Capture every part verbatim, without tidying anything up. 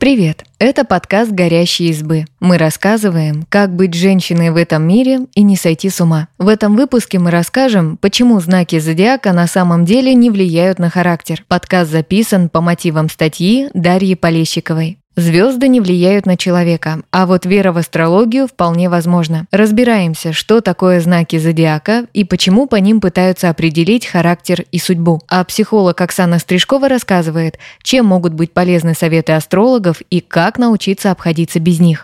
Привет! Это подкаст «Горящие избы». Мы рассказываем, как быть женщиной в этом мире и не сойти с ума. В этом выпуске мы расскажем, почему знаки зодиака на самом деле не влияют на характер. Подкаст записан по мотивам статьи Дарьи Полещиковой. Звезды не влияют на человека, а вот вера в астрологию вполне возможна. Разбираемся, что такое знаки зодиака и почему по ним пытаются определить характер и судьбу. А психолог Оксана Стрижкова рассказывает, чем могут быть полезны советы астрологов и как научиться обходиться без них.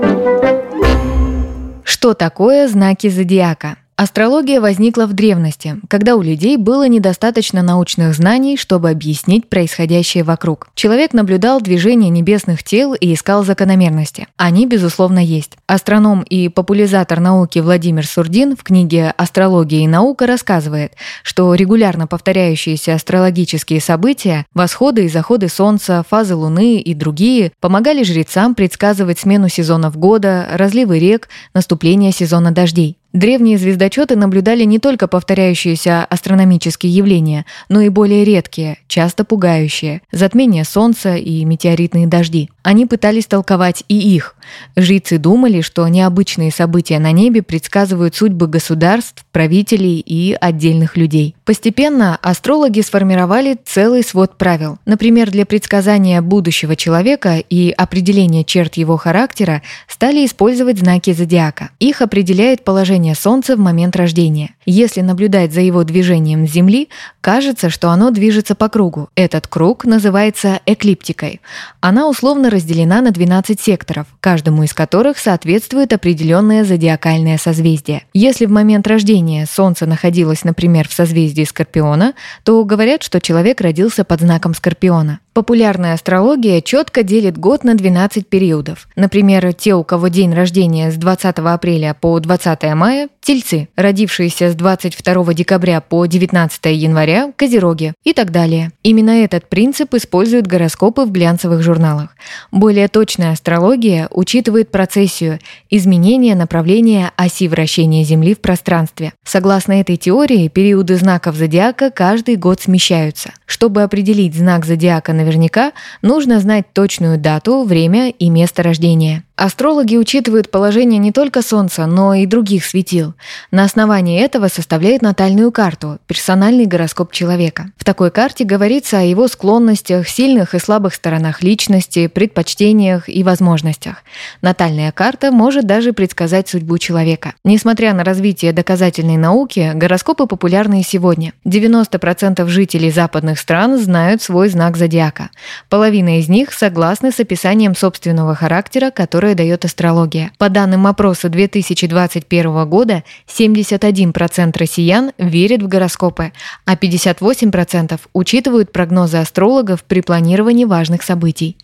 Что такое знаки зодиака? Астрология возникла в древности, когда у людей было недостаточно научных знаний, чтобы объяснить происходящее вокруг. Человек наблюдал движение небесных тел и искал закономерности. Они, безусловно, есть. Астроном и популяризатор науки Владимир Сурдин в книге «Астрология и наука» рассказывает, что регулярно повторяющиеся астрологические события, восходы и заходы Солнца, фазы Луны и другие помогали жрецам предсказывать смену сезонов года, разливы рек, наступление сезона дождей. Древние звездочеты наблюдали не только повторяющиеся астрономические явления, но и более редкие, часто пугающие – затмение Солнца и метеоритные дожди. Они пытались толковать и их. Жрецы думали, что необычные события на небе предсказывают судьбы государств, правителей и отдельных людей. Постепенно астрологи сформировали целый свод правил. Например, для предсказания будущего человека и определения черт его характера стали использовать знаки зодиака. Их определяет положение Солнца в момент рождения. Если наблюдать за его движением с Земли, кажется, что оно движется по кругу. Этот круг называется эклиптикой. Она условно разделена на двенадцать секторов, каждому из которых соответствует определенное зодиакальное созвездие. Если в момент рождения Солнце находилось, например, в созвездии Скорпиона, то говорят, что человек родился под знаком Скорпиона. Популярная астрология четко делит год на двенадцать периодов. Например, те, у кого день рождения с двадцатого апреля по двадцатое мая – тельцы, родившиеся с двадцать второго декабря по девятнадцатое января – козероги и так далее. Именно этот принцип используют гороскопы в глянцевых журналах. Более точная астрология учитывает процессию – изменение направления оси вращения Земли в пространстве. Согласно этой теории, периоды знаков зодиака каждый год смещаются. Чтобы определить знак зодиака наверняка, нужно знать точную дату, время и место рождения. Астрологи учитывают положение не только Солнца, но и других светил. На основании этого составляют натальную карту, персональный гороскоп человека. В такой карте говорится о его склонностях, сильных и слабых сторонах личности, предпочтениях и возможностях. Натальная карта может даже предсказать судьбу человека. Несмотря на развитие доказательной науки, гороскопы популярны и сегодня. девяносто процентов жителей западных стран знают свой знак зодиака. Половина из них согласны с описанием собственного характера, который дает астрология. По данным опроса две тысячи двадцать первого года, семьдесят один процент россиян верят в гороскопы, а пятьдесят восемь процентов учитывают прогнозы астрологов при планировании важных событий.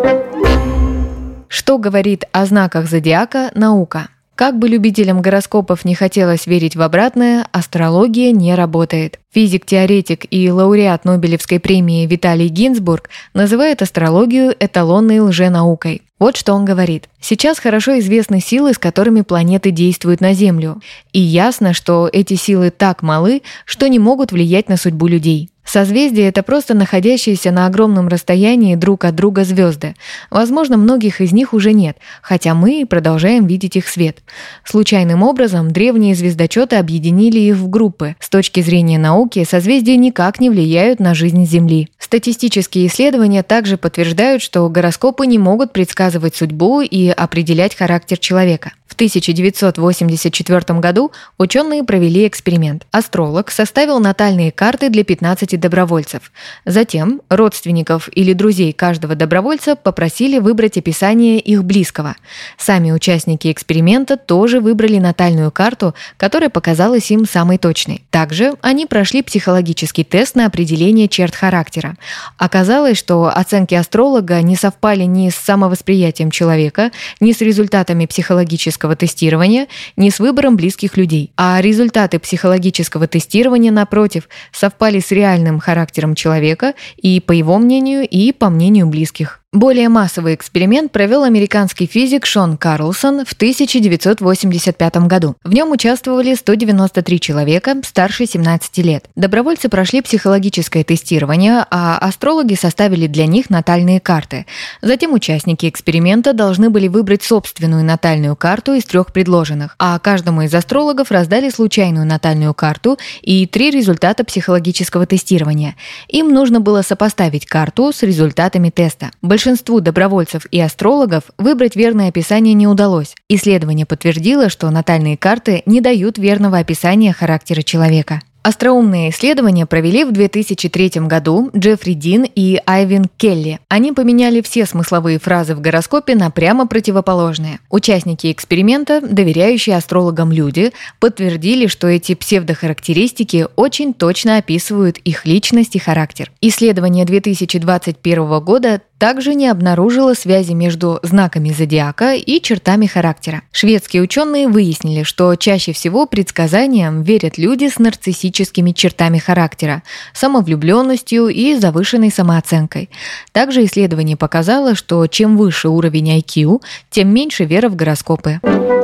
Что говорит о знаках зодиака наука? Как бы любителям гороскопов не хотелось верить в обратное, астрология не работает. Физик-теоретик и лауреат Нобелевской премии Виталий Гинзбург называет астрологию эталонной лженаукой. Вот что он говорит. Сейчас хорошо известны силы, с которыми планеты действуют на Землю. И ясно, что эти силы так малы, что не могут влиять на судьбу людей. Созвездия – это просто находящиеся на огромном расстоянии друг от друга звезды. Возможно, многих из них уже нет, хотя мы продолжаем видеть их свет. Случайным образом древние звездочеты объединили их в группы. С точки зрения науки, созвездия никак не влияют на жизнь Земли. Статистические исследования также подтверждают, что гороскопы не могут предсказывать судьбу и определять характер человека. В тысяча девятьсот восемьдесят четвёртом году ученые провели эксперимент. Астролог составил натальные карты для пятнадцати добровольцев. Затем родственников или друзей каждого добровольца попросили выбрать описание их близкого. Сами участники эксперимента тоже выбрали натальную карту, которая показалась им самой точной. Также они прошли психологический тест на определение черт характера. Оказалось, что оценки астролога не совпали ни с самовосприятием человека, ни с результатами психологического тестирования, ни с выбором близких людей. А результаты психологического тестирования, напротив, совпали с реальным характером человека и по его мнению, и по мнению близких. Более массовый эксперимент провел американский физик Шон Карлсон в тысяча девятьсот восемьдесят пятом году. В нем участвовали сто девяносто три человека старше семнадцати лет. Добровольцы прошли психологическое тестирование, а астрологи составили для них натальные карты. Затем участники эксперимента должны были выбрать собственную натальную карту из трех предложенных, а каждому из астрологов раздали случайную натальную карту и три результата психологического тестирования. Им нужно было сопоставить карту с результатами теста. Большинству добровольцев и астрологов выбрать верное описание не удалось. Исследование подтвердило, что натальные карты не дают верного описания характера человека. Остроумные исследования провели в две тысячи третьем году Джеффри Дин и Айвин Келли. Они поменяли все смысловые фразы в гороскопе на прямо противоположные. Участники эксперимента, доверяющие астрологам люди, подтвердили, что эти псевдохарактеристики очень точно описывают их личность и характер. Исследование две тысячи двадцать первого года также не обнаружило связи между знаками зодиака и чертами характера. Шведские ученые выяснили, что чаще всего предсказаниям верят люди с нарциссическими чертами характера, самовлюбленностью и завышенной самооценкой. Также исследование показало, что чем выше уровень ай кью, тем меньше вера в гороскопы.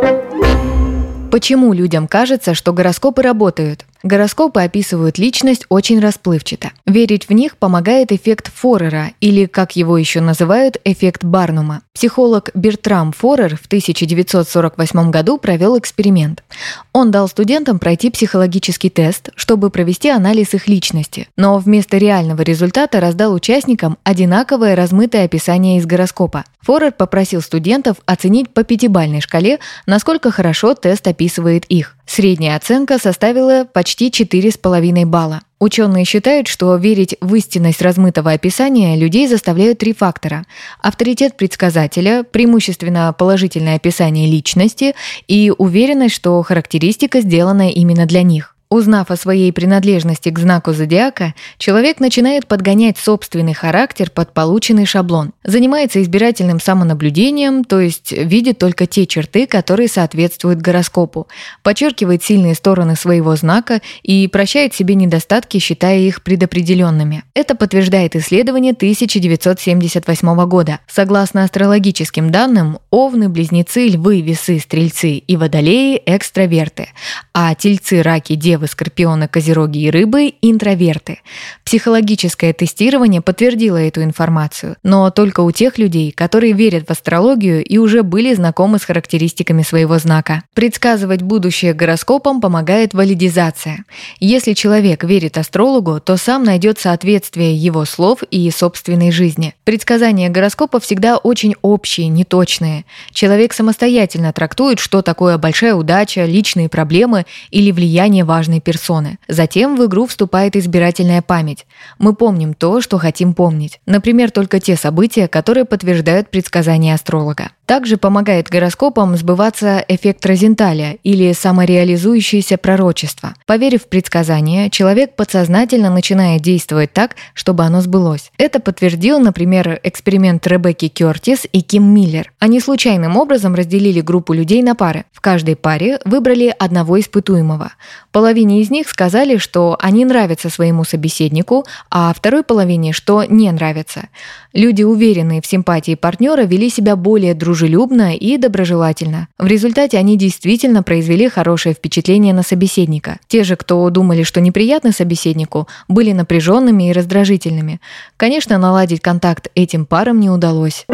Почему людям кажется, что гороскопы работают? Гороскопы описывают личность очень расплывчато. Верить в них помогает эффект Форера, или, как его еще называют, эффект Барнума. Психолог Бертрам Форер в тысяча девятьсот сорок восьмом году провел эксперимент. Он дал студентам пройти психологический тест, чтобы провести анализ их личности, но вместо реального результата раздал участникам одинаковое размытое описание из гороскопа. Форер попросил студентов оценить по пятибалльной шкале, насколько хорошо тест описывает их. Средняя оценка составила почти четыре с половиной балла. Ученые считают, что верить в истинность размытого описания людей заставляют три фактора: авторитет предсказателя, преимущественно положительное описание личности и уверенность, что характеристика сделана именно для них. Узнав о своей принадлежности к знаку зодиака, человек начинает подгонять собственный характер под полученный шаблон, занимается избирательным самонаблюдением, то есть видит только те черты, которые соответствуют гороскопу, подчеркивает сильные стороны своего знака и прощает себе недостатки, считая их предопределенными. Это подтверждает исследование тысяча девятьсот семьдесят восьмого года. Согласно астрологическим данным, овны, близнецы, львы, весы, стрельцы и водолеи – экстраверты, а тельцы, раки, девы, скорпионы, козероги и рыбы – интроверты. Психологическое тестирование подтвердило эту информацию, но только у тех людей, которые верят в астрологию и уже были знакомы с характеристиками своего знака. Предсказывать будущее гороскопом помогает валидизация. Если человек верит астрологу, то сам найдет соответствие его слов и собственной жизни. Предсказания гороскопа всегда очень общие, неточные. Человек самостоятельно трактует, что такое большая удача, личные проблемы или влияние важной персоны. Затем в игру вступает избирательная память. Мы помним то, что хотим помнить. Например, только те события, которые подтверждают предсказания астролога. Также помогает гороскопам сбываться эффект Розенталя или самореализующееся пророчество. Поверив в предсказание, человек подсознательно начинает действовать так, чтобы оно сбылось. Это подтвердил, например, эксперимент Ребекки Кёртис и Ким Миллер. Они случайным образом разделили группу людей на пары. В каждой паре выбрали одного испытуемого. Половине из них сказали, что они нравятся своему собеседнику, а второй половине, что не нравятся. Люди, уверенные в симпатии партнера, вели себя более дружелюбно и доброжелательно. В результате они действительно произвели хорошее впечатление на собеседника. Те же, кто думали, что неприятны собеседнику, были напряженными и раздражительными. Конечно, наладить контакт этим парам не удалось.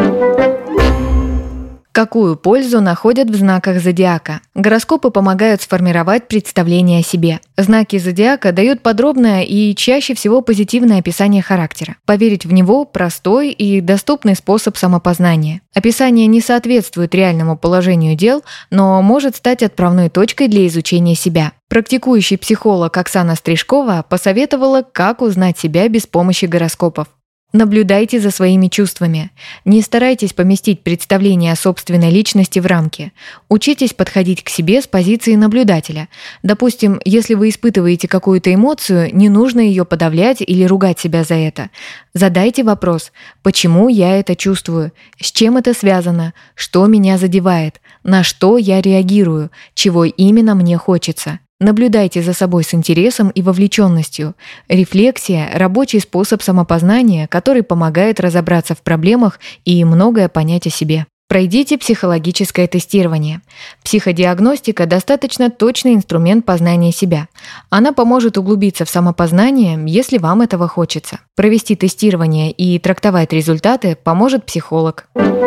Какую пользу находят в знаках зодиака? Гороскопы помогают сформировать представление о себе. Знаки зодиака дают подробное и чаще всего позитивное описание характера. Поверить в него – простой и доступный способ самопознания. Описание не соответствует реальному положению дел, но может стать отправной точкой для изучения себя. Практикующий психолог Оксана Стрижкова посоветовала, как узнать себя без помощи гороскопов. Наблюдайте за своими чувствами. Не старайтесь поместить представление о собственной личности в рамки. Учитесь подходить к себе с позиции наблюдателя. Допустим, если вы испытываете какую-то эмоцию, не нужно ее подавлять или ругать себя за это. Задайте вопрос: почему я это чувствую? С чем это связано? Что меня задевает? На что я реагирую? Чего именно мне хочется? Наблюдайте за собой с интересом и вовлеченностью. Рефлексия – рабочий способ самопознания, который помогает разобраться в проблемах и многое понять о себе. Пройдите психологическое тестирование. Психодиагностика – достаточно точный инструмент познания себя. Она поможет углубиться в самопознание, если вам этого хочется. Провести тестирование и трактовать результаты поможет психолог.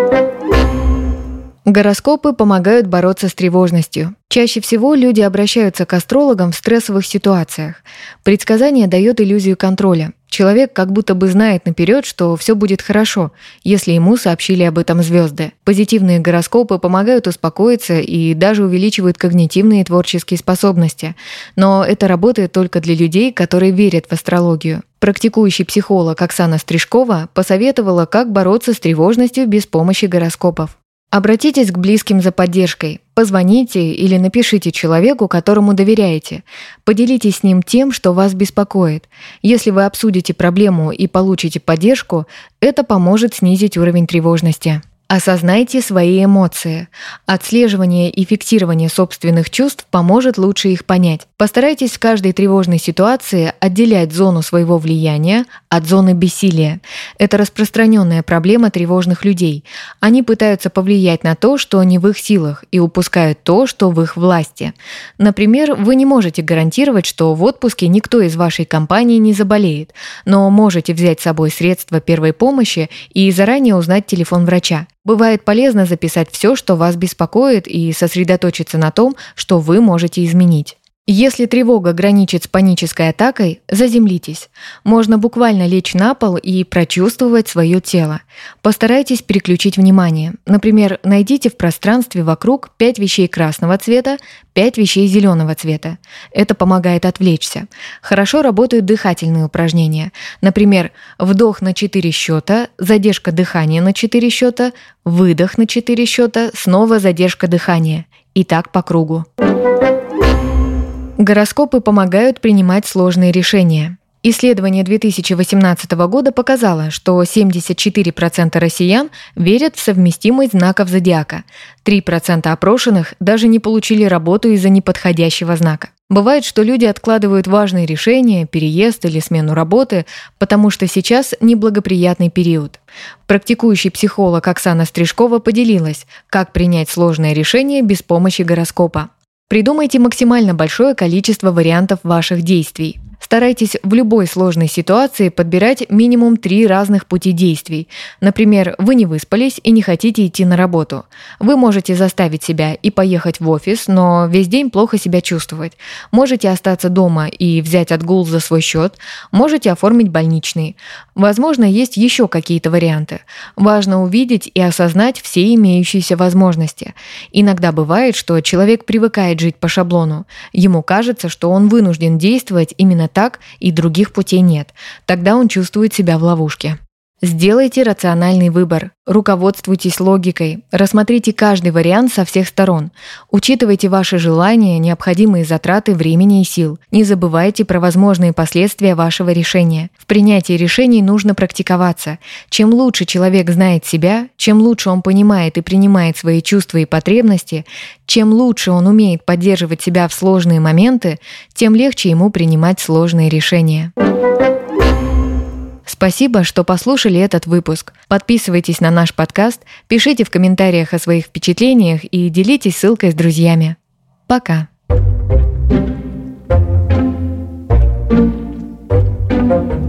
Гороскопы помогают бороться с тревожностью. Чаще всего люди обращаются к астрологам в стрессовых ситуациях. Предсказание дает иллюзию контроля. Человек как будто бы знает наперед, что все будет хорошо, если ему сообщили об этом звезды. Позитивные гороскопы помогают успокоиться и даже увеличивают когнитивные и творческие способности. Но это работает только для людей, которые верят в астрологию. Практикующий психолог Оксана Стрижкова посоветовала, как бороться с тревожностью без помощи гороскопов. Обратитесь к близким за поддержкой. Позвоните или напишите человеку, которому доверяете. Поделитесь с ним тем, что вас беспокоит. Если вы обсудите проблему и получите поддержку, это поможет снизить уровень тревожности. Осознайте свои эмоции. Отслеживание и фиксирование собственных чувств поможет лучше их понять. Постарайтесь в каждой тревожной ситуации отделять зону своего влияния от зоны бессилия. Это распространенная проблема тревожных людей. Они пытаются повлиять на то, что не в их силах, и упускают то, что в их власти. Например, вы не можете гарантировать, что в отпуске никто из вашей компании не заболеет, но можете взять с собой средства первой помощи и заранее узнать телефон врача. Бывает полезно записать все, что вас беспокоит, и сосредоточиться на том, что вы можете изменить. Если тревога граничит с панической атакой, заземлитесь. Можно буквально лечь на пол и прочувствовать свое тело. Постарайтесь переключить внимание. Например, найдите в пространстве вокруг пять вещей красного цвета, пять вещей зеленого цвета. Это помогает отвлечься. Хорошо работают дыхательные упражнения. Например, вдох на четыре счета, задержка дыхания на четыре счета, выдох на четыре счета, снова задержка дыхания. И так по кругу. Гороскопы помогают принимать сложные решения. Исследование две тысячи восемнадцатого года показало, что семьдесят четыре процента россиян верят в совместимость знаков зодиака. три процента опрошенных даже не получили работу из-за неподходящего знака. Бывает, что люди откладывают важные решения, переезд или смену работы, потому что сейчас неблагоприятный период. Практикующий психолог Оксана Стрижкова поделилась, как принять сложное решение без помощи гороскопа. Придумайте максимально большое количество вариантов ваших действий. Старайтесь в любой сложной ситуации подбирать минимум три разных пути действий. Например, вы не выспались и не хотите идти на работу. Вы можете заставить себя и поехать в офис, но весь день плохо себя чувствовать. Можете остаться дома и взять отгул за свой счет. Можете оформить больничный. Возможно, есть еще какие-то варианты. Важно увидеть и осознать все имеющиеся возможности. Иногда бывает, что человек привыкает жить по шаблону. Ему кажется, что он вынужден действовать именно так, и других путей нет. Тогда он чувствует себя в ловушке. Сделайте рациональный выбор. Руководствуйтесь логикой. Рассмотрите каждый вариант со всех сторон. Учитывайте ваши желания, необходимые затраты времени и сил. Не забывайте про возможные последствия вашего решения. В принятии решений нужно практиковаться. Чем лучше человек знает себя, чем лучше он понимает и принимает свои чувства и потребности, чем лучше он умеет поддерживать себя в сложные моменты, тем легче ему принимать сложные решения. Спасибо, что послушали этот выпуск. Подписывайтесь на наш подкаст, пишите в комментариях о своих впечатлениях и делитесь ссылкой с друзьями. Пока. Thank you.